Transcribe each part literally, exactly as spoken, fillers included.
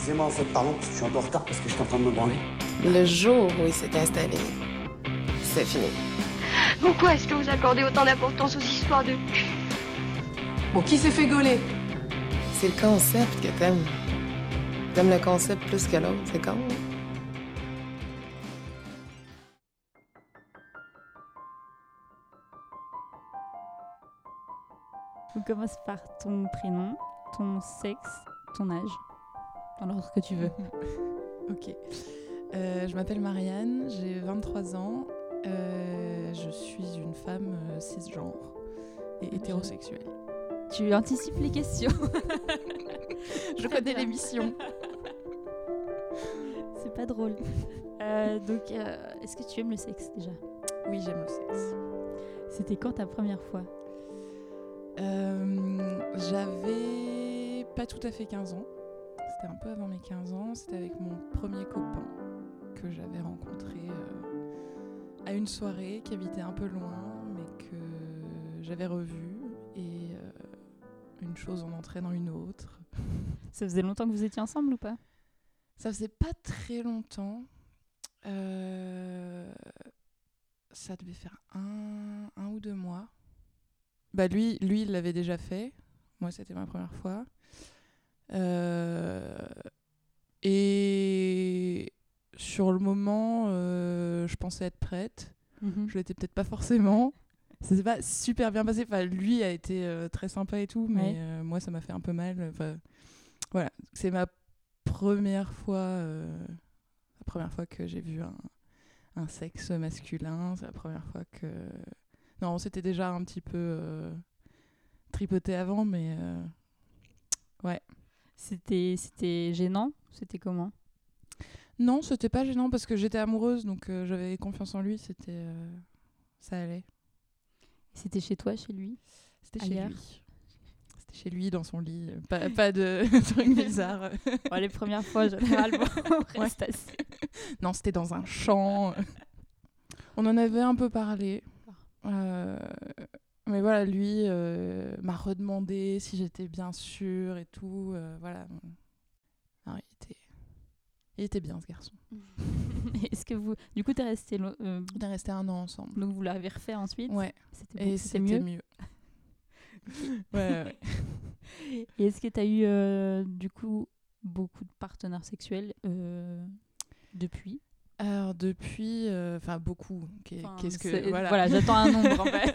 Excusez-moi, en fait, pardon, je suis un peu en retard parce que j'étais en train de me branler. Le jour où il s'est installé, c'est fini. Pourquoi est-ce que vous accordez autant d'importance aux histoires de cul? Bon, qui s'est fait gauler? C'est le concept que t'aimes. T'aimes le concept plus que l'autre, c'est con. On commence par ton prénom, ton sexe, ton âge, dans l'ordre que tu veux. Ok. Euh, je m'appelle Marianne, j'ai vingt-trois ans. Euh, je suis une femme euh, cisgenre et hétérosexuelle. Tu anticipes les questions. Je connais l'émission. C'est pas drôle. Euh, donc, euh, est-ce que tu aimes le sexe déjà? Oui, j'aime le sexe. C'était quand ta première fois? Euh, j'avais pas tout à fait quinze ans. C'était un peu avant mes quinze ans. C'était avec mon premier copain que j'avais rencontré euh, à une soirée qui habitait un peu loin, mais que j'avais revu. Et euh, une chose en entraînant une autre. Ça faisait longtemps que vous étiez ensemble ou pas? Ça faisait pas très longtemps. Euh, ça devait faire un, un ou deux mois. Bah lui, lui, il l'avait déjà fait. Moi, c'était ma première fois. Euh, et sur le moment, euh, je pensais être prête. Mm-hmm. Je l'étais peut-être pas forcément. Ça s'est pas super bien passé. Enfin, lui a été euh, très sympa et tout, mais Ouais. euh, moi, ça m'a fait un peu mal. Enfin, voilà, c'est ma première fois, euh, la première fois que j'ai vu un, un sexe masculin. C'est la première fois que... Non, on s'était déjà un petit peu euh, tripoté avant, mais euh, ouais. C'était, c'était gênant? C'était comment? Non, c'était pas gênant parce que j'étais amoureuse, donc euh, j'avais confiance en lui, c'était, euh, ça allait. C'était chez toi, chez lui? C'était chez Ailleurs? lui. C'était chez lui, dans son lit. Pas, pas de trucs bizarres. Bon, les premières fois, généralement, on reste Ouais. assis. Non, c'était dans un champ. On en avait un peu parlé. Euh, mais voilà, lui euh, m'a redemandé si j'étais bien sûre et tout. Euh, voilà. Alors, il était... il était bien, ce garçon. Est-ce que vous... Du coup, t'es resté... lo- euh, On est resté un an ensemble. Donc, vous l'avez refait ensuite? Ouais, C'était, et beaucoup- c'était c'était mieux? mieux. ouais, ouais, ouais. Et est-ce que tu as eu, euh, du coup, beaucoup de partenaires sexuels euh, depuis? Alors, depuis... Enfin, euh, beaucoup. Qu'est- Enfin, Qu'est-ce que... c'est- Voilà, voilà, j'attends un nombre, en fait.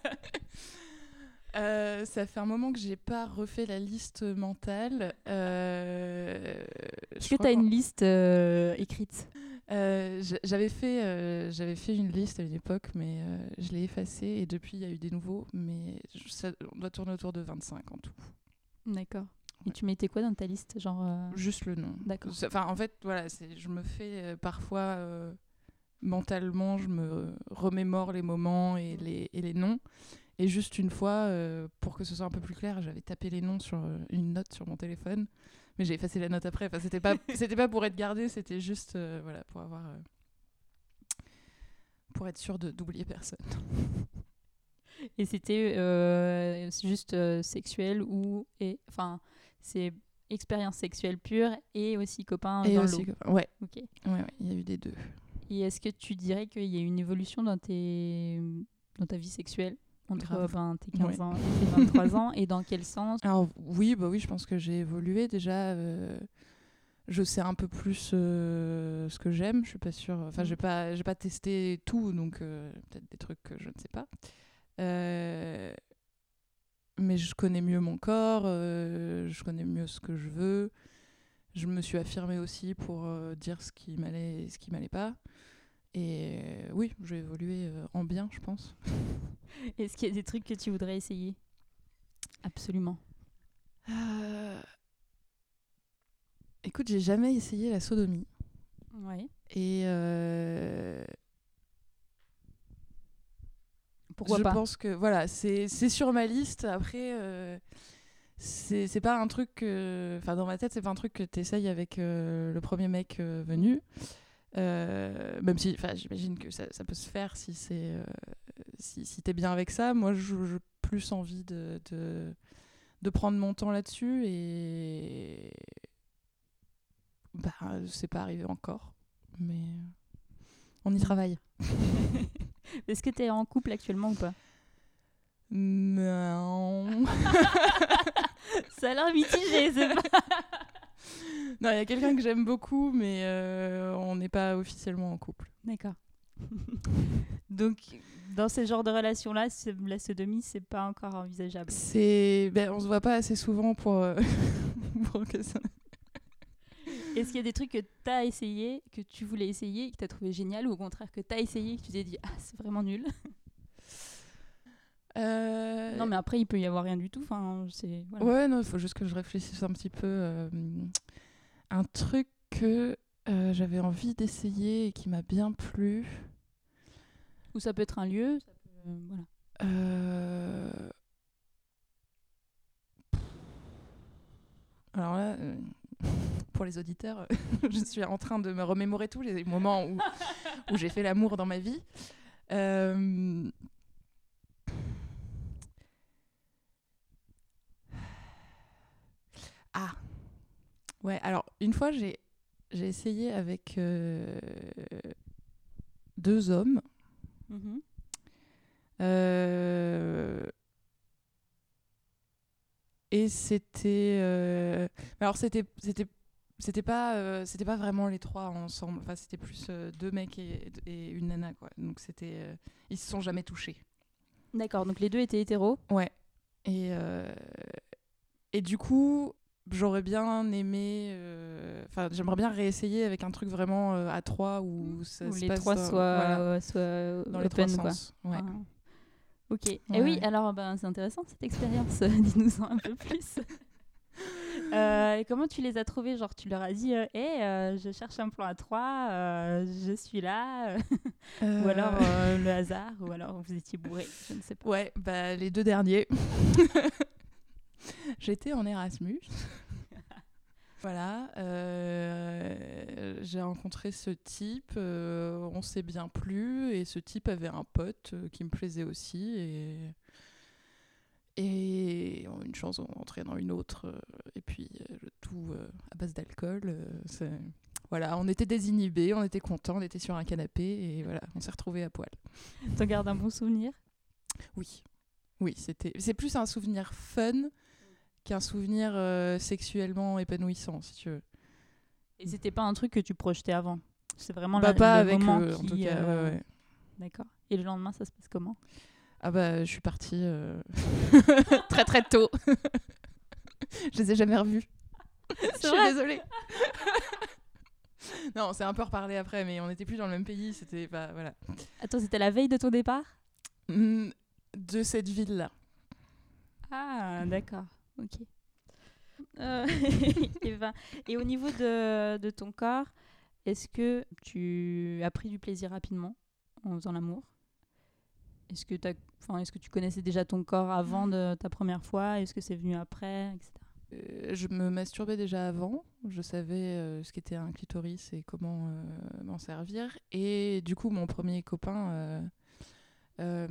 Euh, ça fait un moment que j'ai pas refait la liste mentale. Euh, Est-ce que tu as une liste euh, écrite? euh, j- j'avais fait, euh, j'avais fait une liste à une époque, mais euh, je l'ai effacée et depuis il y a eu des nouveaux, mais je- ça, on doit tourner autour de vingt-cinq en tout. D'accord. Et Ouais. tu mettais quoi dans ta liste, genre euh, Juste le nom. D'accord. C'est- Enfin, en fait, voilà, c'est, je me fais euh, parfois euh, mentalement, je me remémore les moments et les, et les noms. Et juste une fois, euh, pour que ce soit un peu plus clair, j'avais tapé les noms sur euh, une note sur mon téléphone, mais j'ai effacé la note après. Enfin, c'était pas, c'était pas pour être gardé, c'était juste, euh, voilà, pour avoir, euh, pour être sûr de d'oublier personne. Et c'était euh, juste euh, sexuel ou... et Enfin, c'est expérience sexuelle pure et aussi copain Et dans aussi, l'eau. ouais, Ok. ouais, ouais, il y a eu des deux. Et est-ce que tu dirais qu'il y a une évolution dans, tes... dans ta vie sexuelle entre Grave. ben, tes quinze Ouais. ans et tes vingt-trois ans, et dans quel sens? Alors oui, bah oui, je pense que j'ai évolué déjà. Euh, je sais un peu plus euh, ce que j'aime. Je suis pas sûre. Enfin, j'ai pas, j'ai pas testé tout, donc euh, peut-être des trucs que je ne sais pas. Euh, mais je connais mieux mon corps. Euh, je connais mieux ce que je veux. Je me suis affirmée aussi pour euh, dire ce qui m'allait et ce qui m'allait pas. Et euh, oui, j'ai évolué euh, en bien, je pense. Est-ce qu'il y a des trucs que tu voudrais essayer? Absolument. Euh... Écoute, j'ai jamais essayé la sodomie. Ouais. Et euh... Pourquoi je pas? pense que voilà, c'est, c'est sur ma liste. Après, euh, c'est, c'est pas un truc que... Enfin, dans ma tête, c'est pas un truc que t'essayes avec euh, le premier mec euh, venu. Euh, même si, enfin, j'imagine que ça, ça peut se faire si c'est... Euh, si, si t'es bien avec ça. Moi, j'ai plus envie de, de, de prendre mon temps là-dessus et... Bah, c'est pas arrivé encore, mais on y travaille. Est-ce que tu es en couple actuellement ou pas? Non. Ça a l'air mitigé, c'est pas... Non, il y a quelqu'un que j'aime beaucoup, mais euh, on n'est pas officiellement en couple. D'accord. Donc, dans ce genre de relation-là, la sodomie, c'est pas encore envisageable. C'est... Ben, on se voit pas assez souvent pour, euh, pour que ça... Est-ce qu'il y a des trucs que tu as essayé, que tu voulais essayer et que tu as trouvé génial, ou au contraire que tu as essayé et que tu t'es dit « Ah, c'est vraiment nul ». Euh... Non, mais après, il peut y avoir rien du tout. Enfin, c'est... Voilà. Ouais, non, il faut juste que je réfléchisse un petit peu. Euh, un truc que euh, j'avais envie d'essayer et qui m'a bien plu. Ou ça peut être un lieu. Ça peut... euh, voilà. Euh... Alors là, euh, pour les auditeurs, je suis en train de me remémorer tous les moments où, où j'ai fait l'amour dans ma vie. Euh... Ah, ouais, alors une fois j'ai, j'ai essayé avec euh, deux hommes. Mm-hmm. Euh, et c'était. Euh, alors c'était, c'était, c'était, pas, euh, c'était pas vraiment les trois ensemble. Enfin, c'était plus euh, deux mecs et, et une nana, quoi. Donc c'était. Euh, ils se sont jamais touchés. D'accord, donc les deux étaient hétéros. Ouais. Et, euh, et du coup. J'aurais bien aimé, enfin euh, j'aimerais bien réessayer avec un truc vraiment euh, à trois où, ça où se les passe trois dans, soient, voilà, euh, soient dans open, les trois quoi. sens. Ouais. Ah. Ok. Ouais, Et oui, ouais. alors ben, c'est intéressant cette expérience. Dis-nous-en un peu plus. euh, et comment tu les as trouvés? Genre tu leur as dit, hé, hey, euh, je cherche un plan à trois, euh, je suis là. Euh... Ou alors euh, le hasard, ou alors vous étiez bourrés, je ne sais pas. Ouais, bah les deux derniers. J'étais en Erasmus. Voilà, euh, j'ai rencontré ce type, euh, on s'est bien plu, et ce type avait un pote euh, qui me plaisait aussi, et, et une chance on rentrait dans une autre, euh, et puis euh, le tout euh, à base d'alcool. Euh, c'est... Voilà, on était désinhibés, on était contents, on était sur un canapé, et voilà, on s'est retrouvés à poil. T'en gardes un bon souvenir? Oui, oui, c'était... c'est plus un souvenir fun qu'un souvenir euh, sexuellement épanouissant, si tu veux. Et c'était pas un truc que tu projetais avant? C'est vraiment bah, la, pas le avec moment eux, qui... en tout cas, euh... ouais, ouais. D'accord. Et le lendemain, ça se passe comment? Ah bah, je suis partie euh... très très tôt. Je les ai jamais revus. Je suis vrai désolée. Non, on s'est un peu reparlé après, mais on n'était plus dans le même pays, c'était pas... Voilà. Attends, c'était la veille de ton départ? Mm, de cette ville-là. Ah, d'accord. Ok. Euh, et, ben, et au niveau de, de ton corps, est-ce que tu as pris du plaisir rapidement en faisant l'amour? Est-ce que, t'as, est-ce que tu connaissais déjà ton corps avant de ta première fois? Est-ce que c'est venu après, et cetera? Euh, je me masturbais déjà avant. Je savais euh, ce qu'était un clitoris et comment euh, m'en servir. Et du coup, mon premier copain euh, euh,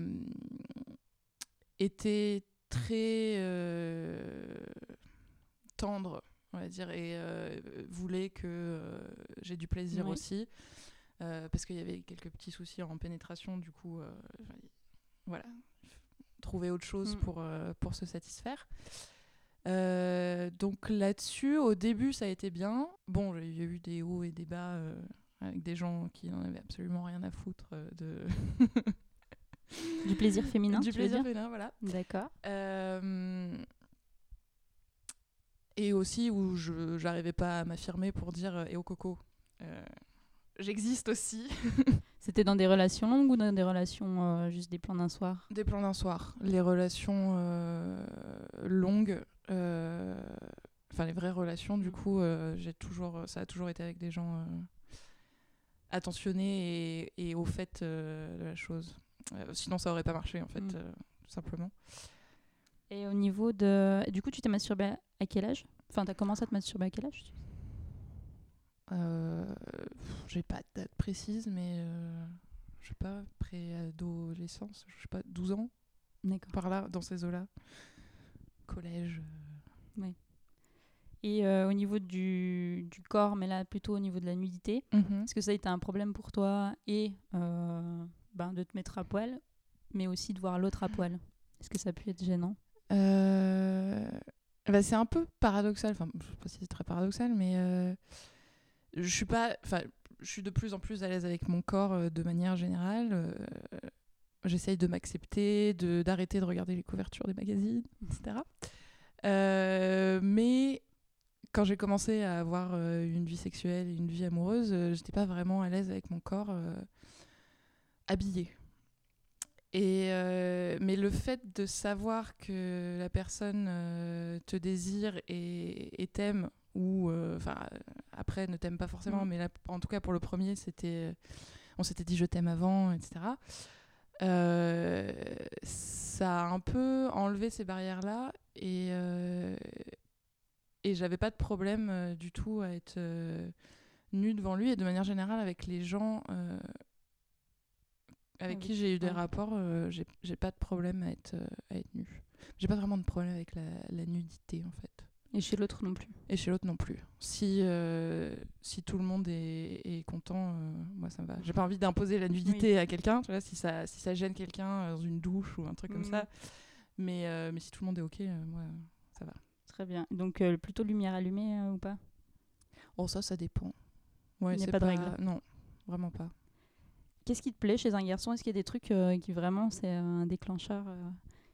était très... Euh, tendre, on va dire, et euh, voulait que euh, j'ai du plaisir, ouais. Aussi, euh, parce qu'il y avait quelques petits soucis en pénétration, du coup, euh, voilà, trouver autre chose mm. pour, euh, pour se satisfaire. Euh, donc là-dessus, au début, ça a été bien. Bon, il y a eu des hauts et des bas euh, avec des gens qui n'en avaient absolument rien à foutre euh, de... du plaisir féminin, du tu plaisir veux dire? féminin, voilà. D'accord. Euh... Et aussi où je j'arrivais pas à m'affirmer pour dire « Eh oh coco, euh, j'existe aussi ». C'était dans des relations longues ou dans des relations euh, juste des plans d'un soir? Des plans d'un soir. Les relations euh, longues, euh, enfin les vraies relations, du coup, euh, j'ai toujours, ça a toujours été avec des gens euh, attentionnés et, et au fait euh, de la chose. Euh, sinon ça aurait pas marché en fait, mm. euh, tout simplement. Et au niveau de... Du coup, tu t'es masturbée à quel âge? Enfin, t'as commencé à te masturber à quel âge? euh, J'ai pas de date précise, mais euh, je sais pas, pré-adolescence, je sais pas, douze ans. D'accord. Par là, dans ces eaux-là. Collège. Euh... Ouais. Et euh, au niveau du, du corps, mais là plutôt au niveau de la nudité, Mhm. est-ce que ça a été un problème pour toi et euh, ben, de te mettre à poil, mais aussi de voir l'autre à poil? Est-ce que ça a pu être gênant? Euh, bah, c'est un peu paradoxal, enfin je sais pas si c'est très paradoxal, mais euh, je suis pas, enfin je suis de plus en plus à l'aise avec mon corps euh, de manière générale. Euh, j'essaye de m'accepter, de d'arrêter de regarder les couvertures des magazines, et cetera. Euh, mais quand j'ai commencé à avoir euh, une vie sexuelle et une vie amoureuse, euh, j'étais pas vraiment à l'aise avec mon corps euh, habillé. Et euh, mais le fait de savoir que la personne euh, te désire et, et t'aime, ou enfin euh, après ne t'aime pas forcément, Mm. mais là, en tout cas pour le premier, c'était, on s'était dit je t'aime avant, et cetera. Euh, ça a un peu enlevé ces barrières-là et euh, et j'avais pas de problème euh, du tout à être euh, nue devant lui, et de manière générale avec les gens euh, avec Avec qui j'ai eu des ouais. rapports, euh, j'ai, j'ai pas de problème à être, euh, à être nue. J'ai pas vraiment de problème avec la, la nudité en fait. Et chez l'autre non plus. Et chez l'autre non plus. Si, euh, si tout le monde est, est content, euh, moi ça me va. J'ai pas envie d'imposer la nudité Oui. à quelqu'un, tu vois, si ça, si ça gêne quelqu'un dans une douche ou un truc comme Mhm. ça. Mais, euh, mais si tout le monde est ok, euh, moi ça va. Très bien. Donc euh, plutôt lumière allumée euh, ou pas? Oh, ça, ça dépend. Ouais, Il n'y a c'est pas de règle. Non, vraiment pas. Qu'est-ce qui te plaît chez un garçon? Est-ce qu'il y a des trucs euh, qui vraiment c'est un déclencheur euh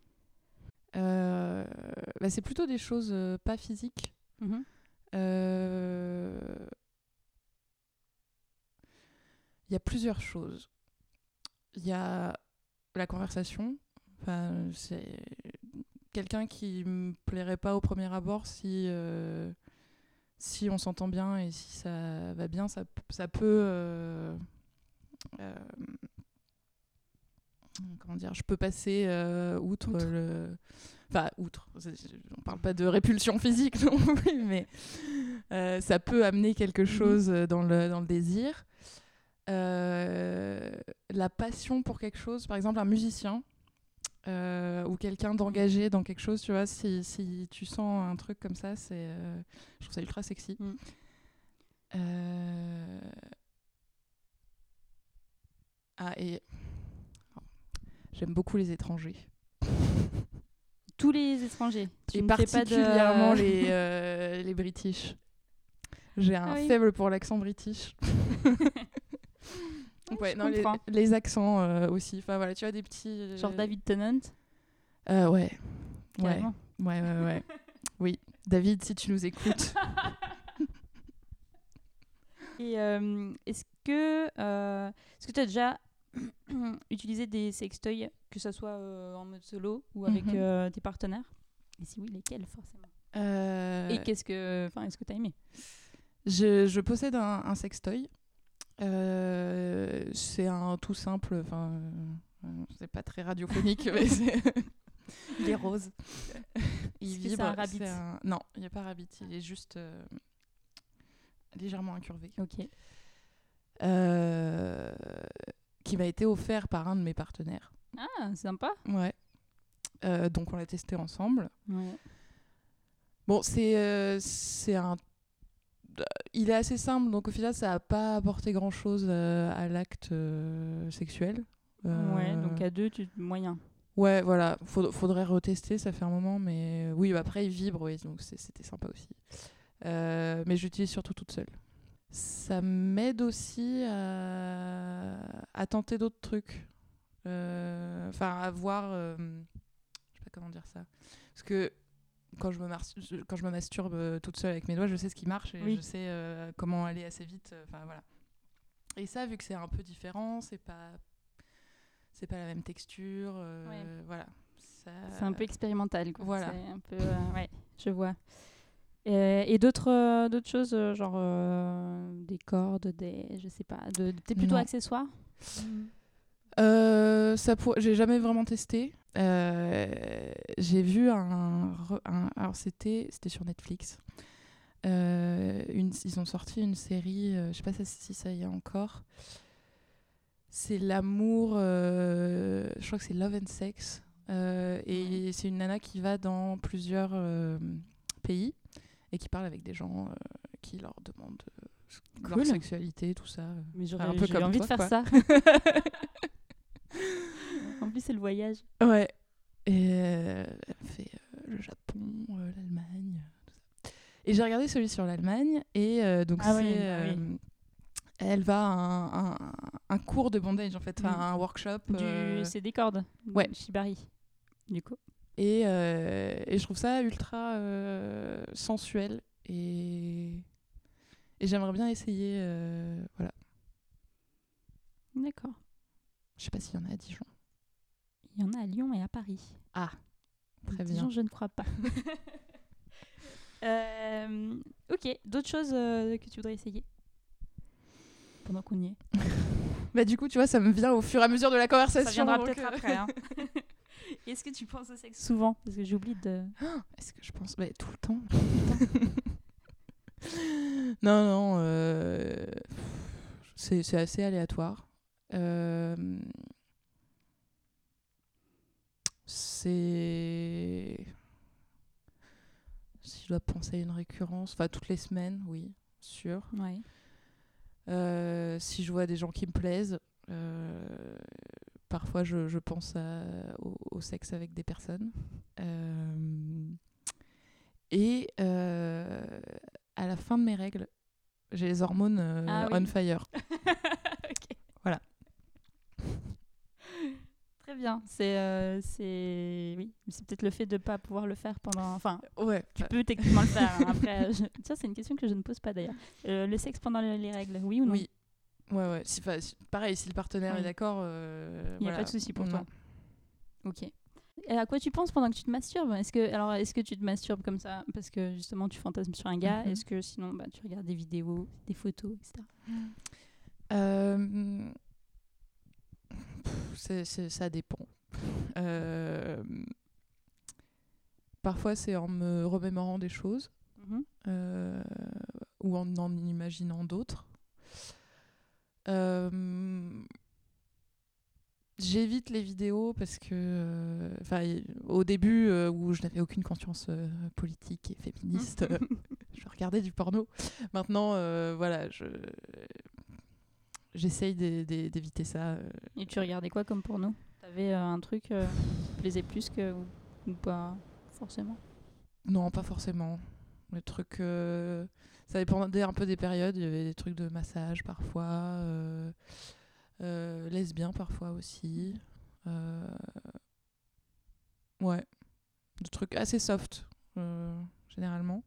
Euh, bah, c'est plutôt des choses euh, pas physiques. Mhm. Euh, Il y a plusieurs choses. Il y a la conversation. Enfin, c'est quelqu'un qui me plairait pas au premier abord si, euh, si on s'entend bien et si ça va bien, ça, ça peut... euh, euh, comment dire, je peux passer euh, outre, Outre. le... Enfin, outre. On parle pas de répulsion physique non plus, mais euh, ça peut amener quelque chose dans le, dans le désir. Euh, la passion pour quelque chose, par exemple un musicien euh, ou quelqu'un d'engagé dans quelque chose, tu vois, si, si tu sens un truc comme ça, c'est, euh, je trouve ça ultra sexy. Mm. Euh... Ah, et j'aime beaucoup les étrangers. Tous les étrangers. Tu Et ne fais pas de- particulièrement les, euh, les British. J'ai un Ah oui. faible pour l'accent british. Ouais, je non, les, comprends. les accents euh, aussi. Enfin voilà, tu vois des petits. euh, Genre David Tennant, Euh, ouais. Ouais. carrément. Ouais, ouais, ouais. Oui, David, si tu nous écoutes. Et euh, est-ce que euh, est-ce que tu as déjà utilisé des sextoys, que ce soit euh, en mode solo ou avec Mhm. euh, tes partenaires? Et si oui, lesquels forcément? Euh, Et qu'est-ce que, enfin, est-ce que tu as aimé? je, je possède un, un sextoy. Euh, c'est un tout simple. Enfin, euh, c'est pas très radiophonique, mais c'est. Il est rose. Il Est-ce que c'est vibre. un rabbit? c'est un- Non, il n'y a pas rabbit. Il est juste euh, légèrement incurvé. Ok. Euh, qui m'a été offert par un de mes partenaires. Ah, sympa. Ouais. Euh, donc on l'a testé ensemble. Ouais. Bon, c'est euh, c'est un. Il est assez simple, donc au final, ça n'a pas apporté grand-chose euh, à l'acte euh, sexuel. Euh, Ouais, donc à deux, tu moyen. Ouais, voilà. Faud- faudrait retester, ça fait un moment, mais oui, bah après, il vibre, oui, donc c'est- c'était sympa aussi. Euh, mais j'utilise surtout toute seule. Ça m'aide aussi à, à tenter d'autres trucs. Euh, Enfin, à voir. euh, Je sais pas comment dire ça. Parce que quand je me, mar- quand je me masturbe euh, toute seule avec mes doigts, je sais ce qui marche et Oui. je sais euh, comment aller assez vite. Enfin, voilà. Et ça, vu que c'est un peu différent, c'est pas, c'est pas la même texture. euh, Ouais. Voilà. Ça... C'est un peu expérimental, quoi. Voilà. C'est un peu, euh, ouais, je vois. Et, et d'autres, euh, d'autres choses, euh, genre euh, des cordes, des, je sais pas, de, t'es plutôt Non. accessoires? Euh, ça pour... J'ai jamais vraiment testé. Euh, j'ai vu un, re- un... alors c'était c'était sur Netflix. Euh, une... Ils ont sorti une série, euh, je sais pas si si ça y est encore. C'est l'amour, euh, je crois que c'est Love and Sex. Euh, et Ouais. c'est une nana qui va dans plusieurs euh, pays et qui parle avec des gens euh, qui leur demandent euh, Cool. leur sexualité, tout ça. euh. Mais j'aurais un peu j'ai comme envie toi, de faire quoi. ça. En plus, c'est le voyage. Ouais. Et euh, elle fait euh, le Japon, euh, l'Allemagne, tout ça. Et j'ai regardé celui sur l'Allemagne et euh, donc Ah c'est oui, bah euh, oui. elle va à un, un, un cours de bondage en fait, enfin, Mm. un workshop. Du... euh, C'est des cordes. ouais. Shibari. Du coup. Et, euh, et je trouve ça ultra euh, sensuel et, et j'aimerais bien essayer. Euh, voilà. D'accord. Je sais pas s'il y en a à Dijon. Il y en a à Lyon et à Paris. Ah, très Dijon, bien. je ne crois pas. Euh, ok, d'autres choses euh, que tu voudrais essayer pendant qu'on y est. Bah du coup, tu vois, ça me vient au fur et à mesure de la conversation. Ça viendra donc, peut-être euh, après. Hein. Est-ce que tu penses au sexe souvent? Parce que j'oublie de... Est-ce que je pense bah, tout le temps. non, non, euh, c'est, c'est assez aléatoire. Euh, c'est... Si je dois penser à une récurrence, enfin toutes les semaines, oui, sûr. Ouais. Euh, si je vois des gens qui me plaisent, euh, parfois je, je pense à, au, au sexe avec des personnes. Euh, et euh, à la fin de mes règles, j'ai les hormones euh, Ah oui. on fire. Ok. Voilà. Très bien. C'est, euh, c'est... Oui, c'est peut-être le fait de ne pas pouvoir le faire pendant... Enfin, Ouais. tu peux techniquement le faire. Hein. Après, je... ça, c'est une question que je ne pose pas d'ailleurs. Euh, le sexe pendant le- les règles, oui ou non? Oui. Ouais, ouais. Si, 'fin, si- pareil, si le partenaire Oui. est d'accord. euh, Il n'y a voilà. pas de souci pour Non. toi. Ok. Et à quoi tu penses pendant que tu te masturbes? Est-ce que, alors, est-ce que tu te masturbes comme ça parce que justement tu fantasmes sur un gars? Mhm. Est-ce que sinon bah, tu regardes des vidéos, des photos, et cetera. Euh, pff, c'est, c'est- ça dépend. Euh, parfois, c'est en me remémorant des choses Mhm. euh, ou en en imaginant d'autres. Euh, J'évite les vidéos parce que, euh, enfin, y- au début euh, où je n'avais aucune conscience euh, politique et féministe, euh, je regardais du porno. Maintenant, euh, voilà, je j'essaye d'é- d'é- d'éviter ça. euh. Et tu regardais quoi comme porno? T'avais euh, un truc euh, qui te plaisait plus que ou, ou pas forcément? Non, pas forcément. Les trucs, euh, ça dépendait un peu des périodes. Il y avait des trucs de massage parfois, euh, euh, lesbien parfois aussi. Euh, ouais, des trucs assez soft euh, généralement.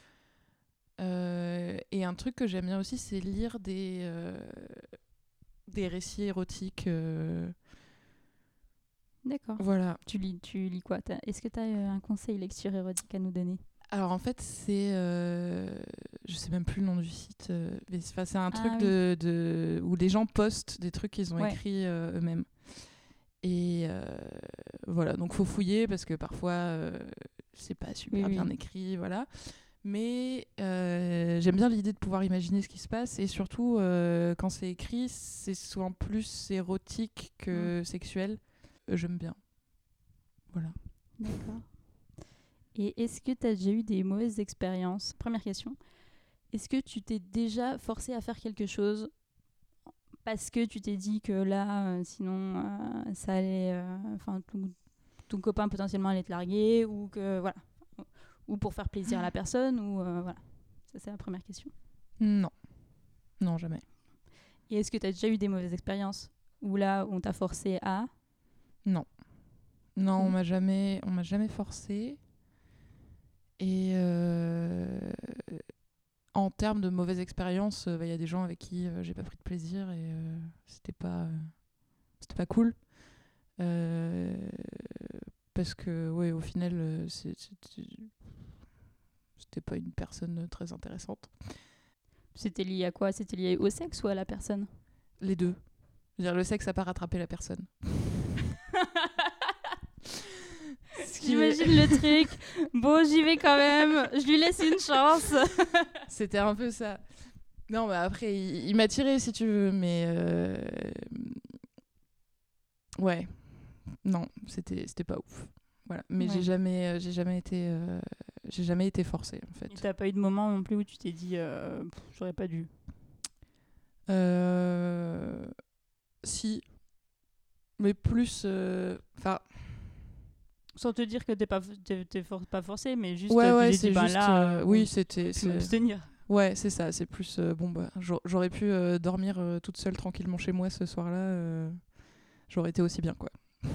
Euh, et un truc que j'aime bien aussi, c'est lire des euh, des récits érotiques. euh, D'accord. voilà. Tu lis, tu lis quoi? T'as- Est-ce que tu as un conseil lecture érotique à nous donner? Alors en fait, c'est. Euh, je sais même plus le nom du site. euh, mais c'est 'fin, c'est un Ah truc oui. de, de, où les gens postent des trucs qu'ils ont Ouais. écrits euh, eux-mêmes. Et euh, voilà, donc faut fouiller parce que parfois euh, c'est pas super Oui, bien oui. écrit, voilà. Mais euh, j'aime bien l'idée de pouvoir imaginer ce qui se passe et surtout euh, quand c'est écrit, c'est souvent plus érotique que sexuel. Euh, j'aime bien. Voilà. D'accord. Et est-ce que tu as déjà eu des mauvaises expériences? Première question. Est-ce que tu t'es déjà forcé à faire quelque chose parce que tu t'es dit que là, euh, sinon, euh, ça allait... Enfin, ton, ton copain potentiellement allait te larguer ou que... Voilà. Ou pour faire plaisir à la personne ou... euh, voilà. Ça, c'est la première question. Non. Non, jamais. Et est-ce que tu as déjà eu des mauvaises expériences où là, on t'a forcé à... Non. Non, Mm. on m'a jamais, on m'a jamais forcé. Et euh, en termes de mauvaise expérience, il bah, y a des gens avec qui euh, j'ai pas pris de plaisir et euh, c'était pas, euh, c'était pas cool. Euh, parce que, ouais, au final, euh, c'est- c'était, c'était pas une personne très intéressante. C'était lié à quoi? C'était lié au sexe ou à la personne? Les deux. Je veux dire, le sexe n'a pas rattrapé la personne. Ce qui est- J'imagine le truc. Bon, j'y vais quand même. Je lui laisse une chance. C'était un peu ça. Non, bah après, il, il m'a tiré si tu veux, mais. euh, Ouais. Non, c'était, c'était pas ouf. Voilà. Mais Ouais. j'ai jamais, euh, j'ai jamais été, euh, j'ai jamais été forcée en fait. Et t'as pas eu de moment non plus où tu t'es dit euh, pff, j'aurais pas dû. Euh... Si, mais plus, enfin. Euh... Sans te dire que t'es pas, t'es, t'es for- pas forcé, mais juste Ouais, tu ouais, t'es c'est dit, bah juste. là, euh, euh, oui, bon, c'était. tu c'est- m'abstenir. Ouais, c'est ça. C'est plus euh, bon bah j'a- j'aurais pu euh, dormir euh, toute seule tranquillement chez moi ce soir-là. euh, J'aurais été aussi bien quoi.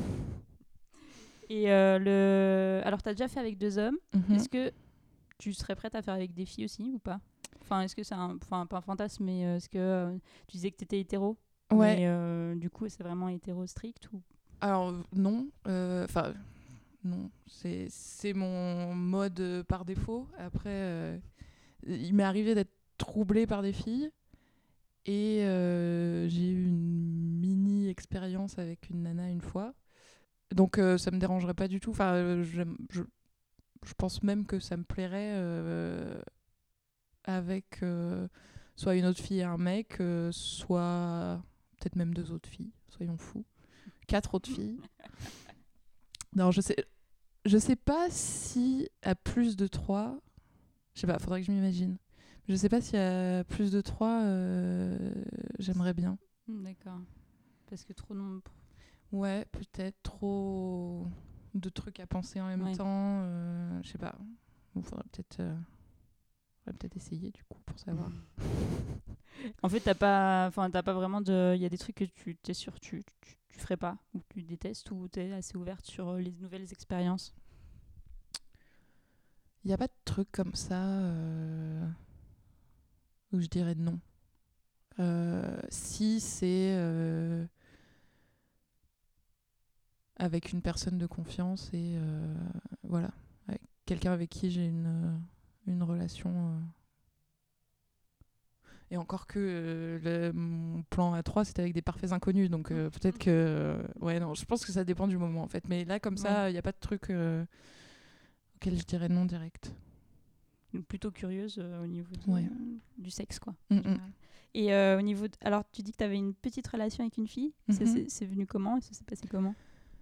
Et euh, le... alors t'as déjà fait avec deux hommes. Mhm. Est-ce que tu serais prête à faire avec des filles aussi ou pas? Enfin, est-ce que c'est un, enfin pas un fantasme, mais euh, est-ce que euh, tu disais que t'étais hétéro? Ouais. Mais euh, du coup, c'est vraiment hétéro strict ou? Alors non, enfin non, c'est c'est mon mode euh, par défaut. Après, euh, il m'est arrivé d'être troublée par des filles et euh, j'ai eu une mini expérience avec une nana une fois. Donc euh, ça me dérangerait pas du tout. Enfin, euh, j'aime- je je pense même que ça me plairait euh, avec euh, soit une autre fille et un mec, euh, soit peut-être même deux autres filles. Soyons fous. Quatre autres filles. Non, je sais, je sais pas si à plus de trois, je sais pas, faudrait que je m'imagine. Je sais pas si à plus de trois, euh, j'aimerais bien. Hmm, d'accord. Parce que trop nombre. Ouais, peut-être trop de trucs à penser en même Ouais. temps. Euh, je sais pas. Bon, faudrait peut-être, euh, faudrait peut-être essayer du coup pour savoir. En fait, t'as pas, enfin, t'as pas vraiment de. Il y a des trucs que tu t'es sûr tu, tu tu ferais pas ou que tu détestes ou t'es assez ouverte sur euh, les nouvelles expériences. Il y a pas de trucs comme ça euh, où je dirais non. Euh, si c'est euh, avec une personne de confiance et euh, voilà, avec quelqu'un avec qui j'ai une, euh, une relation. euh. Et encore que euh, le, mon plan A trois, c'était avec des parfaits inconnus, donc euh, peut-être que... euh, ouais, non, je pense que ça dépend du moment, en fait. Mais là, comme ça, il n'y a pas de truc euh, auquel je dirais non direct. Donc plutôt curieuse euh, au niveau de- Ouais. du sexe, quoi. Mm, en général. Et euh, au niveau de... Alors, tu dis que tu avais une petite relation avec une fille. C'est- Mhm. c'est, c'est venu comment et ça s'est passé comment?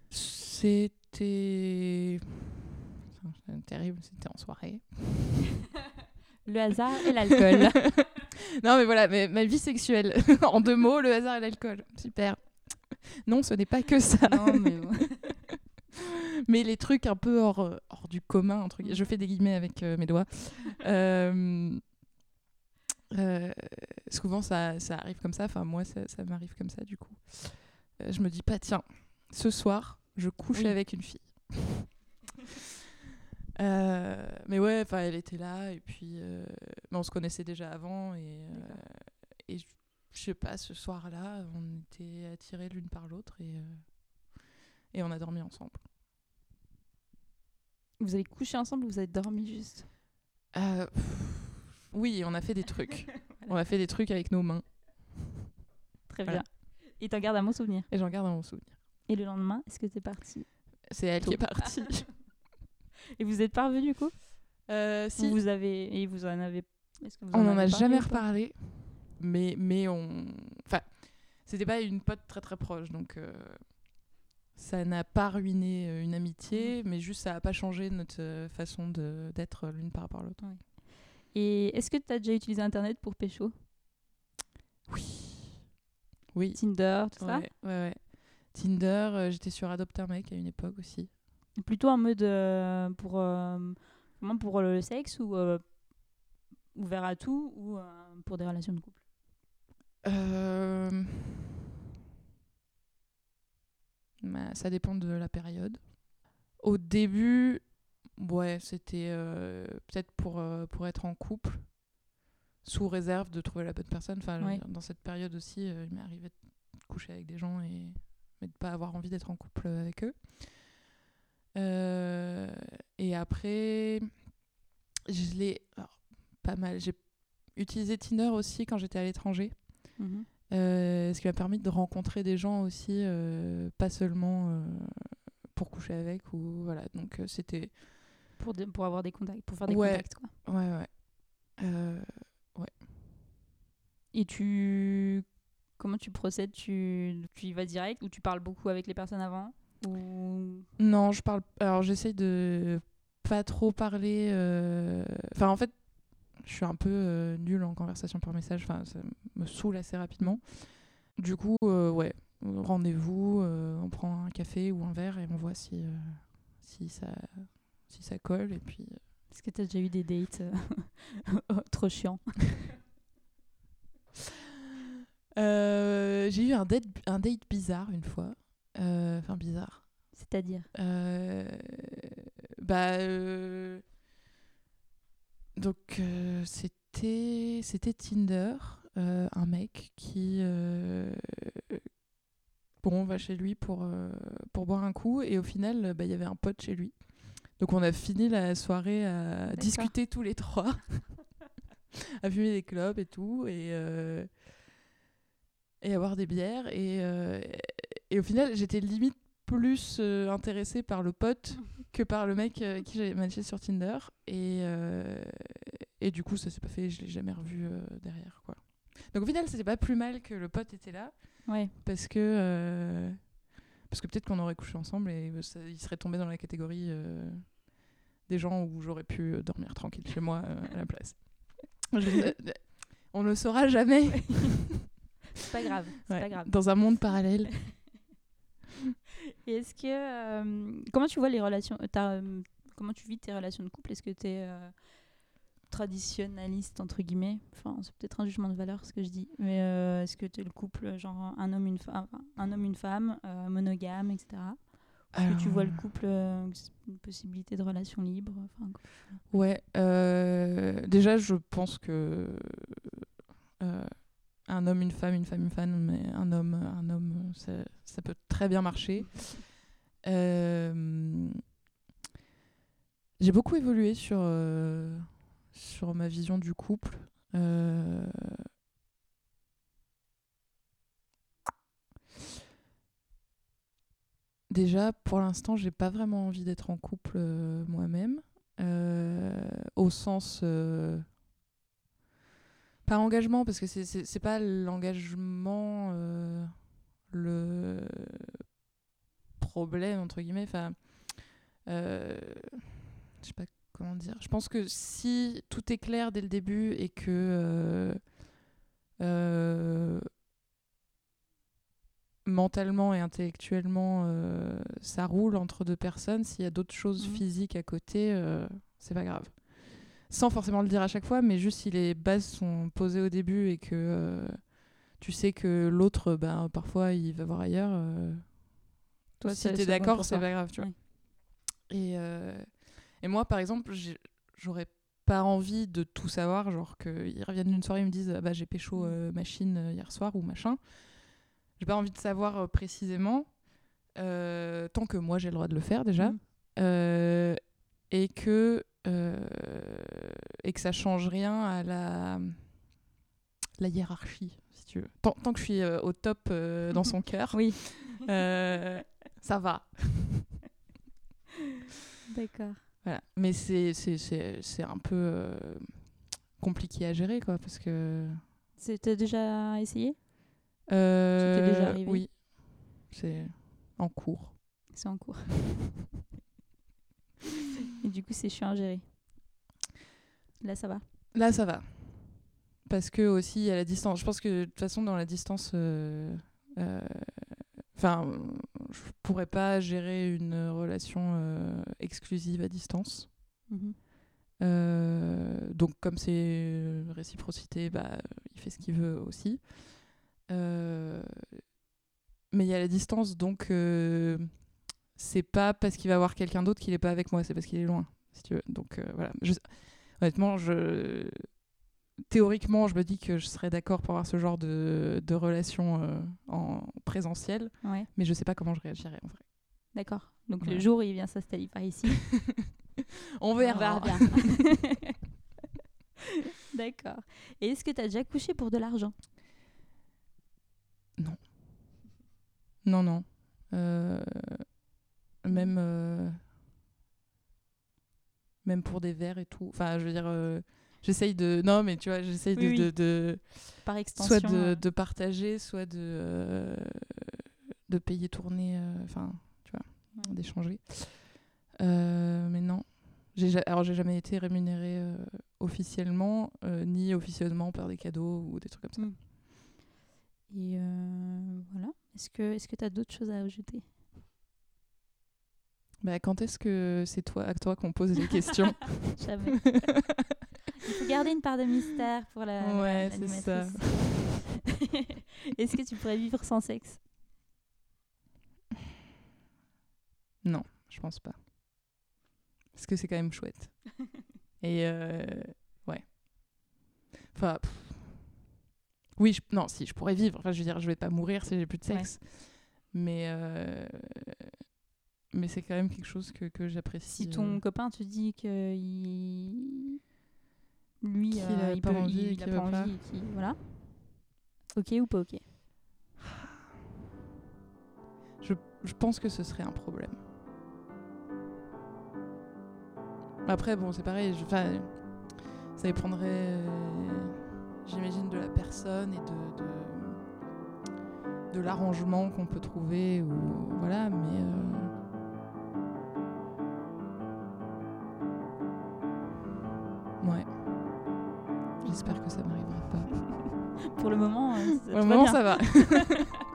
C'était... C'est terrible, c'était en soirée. Le hasard et l'alcool. Non, mais voilà, mais ma vie sexuelle. En deux mots, le hasard et l'alcool. Super. Non, ce n'est pas que ça. Non, mais bon. Mais les trucs un peu hors, euh, hors du commun, entre guillemets. Je fais des guillemets avec euh, mes doigts. Euh, euh, souvent, ça, ça arrive comme ça. Enfin, moi, ça, ça m'arrive comme ça, du coup. Euh, je me dis pas, tiens, ce soir, je couche Oui. avec une fille. Euh, mais ouais, enfin, elle était là, et puis... euh, mais on se connaissait déjà avant, et... euh, et je je sais pas, ce soir-là, on était attirés l'une par l'autre, et... euh, et on a dormi ensemble. Vous avez couché ensemble ou vous avez dormi juste? Euh, pff, oui, on a fait des trucs. On a fait des trucs avec nos mains. Très Voilà. bien. Et t'en gardes un bon souvenir. Et j'en garde un bon souvenir. Et le lendemain, est-ce que t'es partie? C'est elle Tôt. qui est partie. Et vous êtes pas revenus du coup? Euh, si. Ou vous avez... Et vous en avez... Est-ce que vous On n'en avez a parlé jamais ou pas? reparlé. Mais, mais on... Enfin, c'était pas une pote très très proche, donc... euh, ça n'a pas ruiné euh, une amitié, mais juste ça n'a pas changé notre euh, façon de, d'être l'une par rapport à l'autre. Et est-ce que t'as déjà utilisé Internet pour pécho? Oui. Oui. Tinder, tout Ouais, ça? ouais, ouais. Tinder, euh, j'étais sur Adopt un mec à une époque aussi. Plutôt en mode euh, pour, euh, vraiment pour le sexe ou euh, ouvert à tout ou euh, pour des relations de couple? Euh... bah, ça dépend de la période. Au début, ouais, c'était euh, peut-être pour, euh, pour être en couple, sous réserve de trouver la bonne personne. Enfin, Ouais. dans cette période aussi, euh, il m'est arrivé de coucher avec des gens et mais de pas avoir envie d'être en couple avec eux. Euh, et après, je l'ai alors, pas mal. J'ai utilisé Tinder aussi quand j'étais à l'étranger. Mhm. Euh, ce qui m'a permis de rencontrer des gens aussi, euh, pas seulement euh, pour coucher avec ou voilà. Donc euh, c'était Pour, de- pour avoir des contacts, pour faire des Ouais. contacts, quoi. ouais ouais. Euh, Et tu... Comment tu procèdes? Tu, tu y vas direct ou tu parles beaucoup avec les personnes avant? Ou Non, je parle. Alors, j'essaye de pas trop parler. euh, Enfin, en fait, je suis un peu euh, nulle en conversation par message. Enfin, ça me saoule assez rapidement. Du coup, euh, ouais, rendez-vous, euh, on prend un café ou un verre et on voit si, euh, si, ça, si ça colle. Et puis. euh, Est-ce que tu as déjà eu des dates euh, trop chiants? Euh, j'ai eu un date, un date bizarre une fois. Euh, Enfin, bizarre. C'est-à-dire? Euh, bah, euh, donc, euh, c'était, c'était Tinder, euh, un mec qui. euh, bon, on va chez lui pour, euh, pour boire un coup, et au final, bah, il y avait un pote chez lui. Donc, on a fini la soirée à D'accord. discuter tous les trois, à fumer des clopes et tout, et. euh, et à boire des bières. Et, euh, et au final, j'étais limite plus euh, intéressée par le pote que par le mec euh, qui j'avais matché sur Tinder. Et, euh, et du coup, ça s'est pas fait, je l'ai jamais revu euh, derrière, quoi. Donc au final, c'était pas plus mal que le pote était là, Ouais. parce que, euh, parce que peut-être qu'on aurait couché ensemble et ça, il serait tombé dans la catégorie euh, des gens où j'aurais pu euh, dormir tranquille chez moi euh, à la place. Je- on ne le saura jamais. C'est pas grave. C'est Ouais, pas grave. dans un monde parallèle. Et est-ce que euh, comment tu vois les relations euh, t'as, euh, comment tu vis tes relations de couple? Est-ce que tu es traditionnaliste entre guillemets? Enfin, c'est peut-être un jugement de valeur ce que je dis, mais euh, est-ce que tu es le couple genre un homme une femme, enfin, un homme une femme, euh, monogame, et cetera. Est-ce que tu vois le couple euh, une possibilité de relation libre? Enfin, quoi. Ouais, euh, déjà je pense que euh, un homme, une femme, une femme, une femme, mais un homme, un homme, ça, ça peut très bien marcher. Euh, j'ai beaucoup évolué sur, euh, sur ma vision du couple. Euh, déjà, pour l'instant, j'ai pas vraiment envie d'être en couple euh, moi-même, euh, au sens euh, pas engagement, parce que c'est, c'est, c'est pas l'engagement euh, le problème, entre guillemets. Enfin, euh, je sais pas comment dire. Je pense que si tout est clair dès le début et que euh, euh, mentalement et intellectuellement euh, ça roule entre deux personnes, s'il y a d'autres choses Mmh. physiques à côté, euh, c'est pas grave. Sans forcément le dire à chaque fois, mais juste si les bases sont posées au début et que euh, tu sais que l'autre, bah, parfois, il va voir ailleurs. Euh, Toi, si c'est- t'es c'est bon d'accord, pour c'est toi. pas grave, tu vois. Ouais. Et, euh, et moi, par exemple, j'ai- j'aurais pas envie de tout savoir, genre qu'ils reviennent d'une soirée, ils me disent ah bah, j'ai pécho euh, machine euh, hier soir ou machin. J'ai pas envie de savoir euh, précisément, euh, tant que moi j'ai le droit de le faire déjà. Mhm. Euh, et que euh, et que ça change rien à la la hiérarchie, si tu veux. Tant, tant que je suis euh, au top euh, dans son cœur, Oui. euh, ça va. D'accord. Voilà. Mais c'est c'est c'est c'est un peu euh, compliqué à gérer, quoi, parce que C'était déjà essayé? euh, C'était déjà arrivé? oui, c'est en cours. C'est en cours. Et du coup, c'est chiant à gérer. Là, ça va. Là, ça va. Parce que aussi, il y a la distance. Je pense que de toute façon, dans la distance, euh, euh, enfin, je pourrais pas gérer une relation euh, exclusive à distance. Mhm. Euh, donc, comme c'est réciprocité, bah, il fait ce qu'il veut aussi. Euh, mais il y a la distance, donc euh, c'est pas parce qu'il va voir quelqu'un d'autre qu'il est pas avec moi, c'est parce qu'il est loin, si tu veux. Donc euh, voilà. Je, honnêtement, je théoriquement, je me dis que je serais d'accord pour avoir ce genre de, de relation euh, en présentiel, Ouais, mais je sais pas comment je réagirais en vrai. d'accord. Donc Voilà. le jour où il vient s'installer par ici, On on verra. verra bien. D'accord. Et est-ce que tu as déjà couché pour de l'argent? Non, non. Euh, même, euh, même pour des verres et tout. Enfin, je veux dire, euh, j'essaye de. Non, mais tu vois, j'essaye Oui, de, oui. de, de- Par extension. soit de, euh, de partager, soit de, euh, de payer tourner. Enfin, tu vois. Ouais. d'échanger. Euh, mais non. J'ai, ja- alors, j'ai jamais été rémunérée euh, officiellement, euh, ni officieusement par des cadeaux ou des trucs comme ça. Mm. Et euh, voilà. Est-ce que est-ce que tu as d'autres choses à ajouter? Bah, quand est-ce que c'est toi, à toi qu'on pose les questions? Jamais. Il faut garder une part de mystère pour la, Ouais, la- c'est ça. l'animatrice. Est-ce que tu pourrais vivre sans sexe? Non, je pense pas. Parce que c'est quand même chouette. Et euh, ouais. Enfin, pff. oui, je, non, si, je pourrais vivre. Enfin, je veux dire, je vais pas mourir si j'ai plus de sexe. Mais, euh, mais c'est quand même quelque chose que, que j'apprécie. Si ton euh, copain te dit que il... lui, Qu'il euh, a il pas peut, envie il, et il a qu'il pas veut pas. envie, et qu'il- voilà. Ok ou pas ok? Je, je pense que ce serait un problème. Après, bon, c'est pareil. je- Enfin, ça dépendrait, euh, j'imagine, de la personne et de, de, de l'arrangement qu'on peut trouver. Ou, voilà, mais... euh, ouais. J'espère que ça m'arrivera pas. Pour le moment, euh, ça Pour te le va moment, bien. ça va.